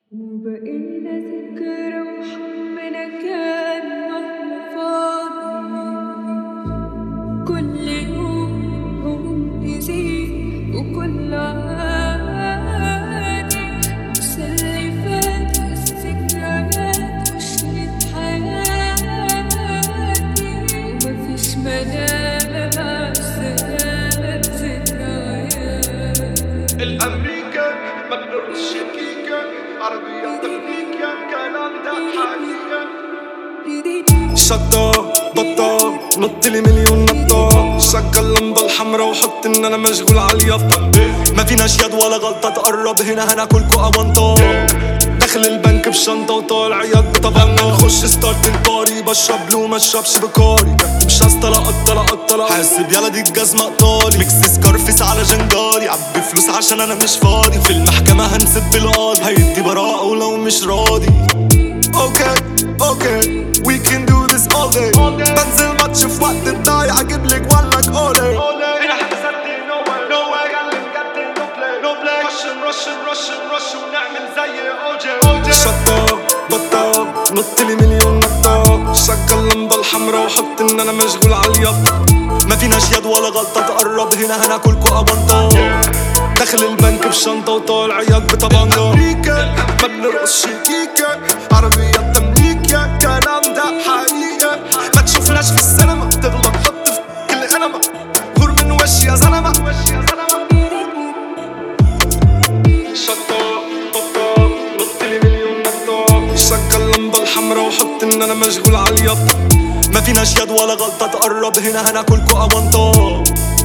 وبقينا ذكرى وحبنا كان وهم فاضي. كل يوم هموم تزيد وكل عادي. ننسى اللي فات والذكريات وشريط حياتي. ومفيش ملامة مع السلامة بذكريات. الأمريكا ما بنرقصش كيكة، عربية تمليكة، كلام ده حقيقة. شطة بطة نطلي مليون نطة. شغل اللمبة الحمرا وحط ان انا مشغول عاليافطة. ما فيناش يد ولا غلطة تقرب هنا هناكلكوا اوانطة. داخل البنك بشنطة وطالع يد بطبنجة. نخش ستارت الباري بشرب بلو مشربش بكاري. مش هستلقط طلقط حاسب يلا دي الجزمة قطالي. ميكس سكارفيس على جنجاري. عبي فلوس عشان انا مش فاضي. في المحكمة هنسب القاضي هيدي براءة ولو مش راضي. اوكي we can do this all day. بنزل ماتش في وقت الضايع اجيبلك ولك اولي. هنا حبستي no way قلب جد no play رش ونعمل زي اوجي. شطة بطة نطلي مليون نطة. شغل اللمبة الحمرا وحط ان انا مشغول عاليافطة. ما فيناش يد ولا غلطة تقرب هنا هناكلكوا اوانطة. داخل البنك بشنطة وطالع يد بطبنجة. أمريكا ما بنرقصش كيكة، عربية تمليكة، كلام ده حقيقة. ما تشوفناش في السينما تغلط حط في كل قلمة. غور من وشي يا زلمة. شطة بطة نطلي مليون نطة. شغل اللمبة الحمرا وحط ان انا مشغول عاليافطة. ما فيناش يد ولا غلطة تقرب هنا هناكلكوا اوانطة.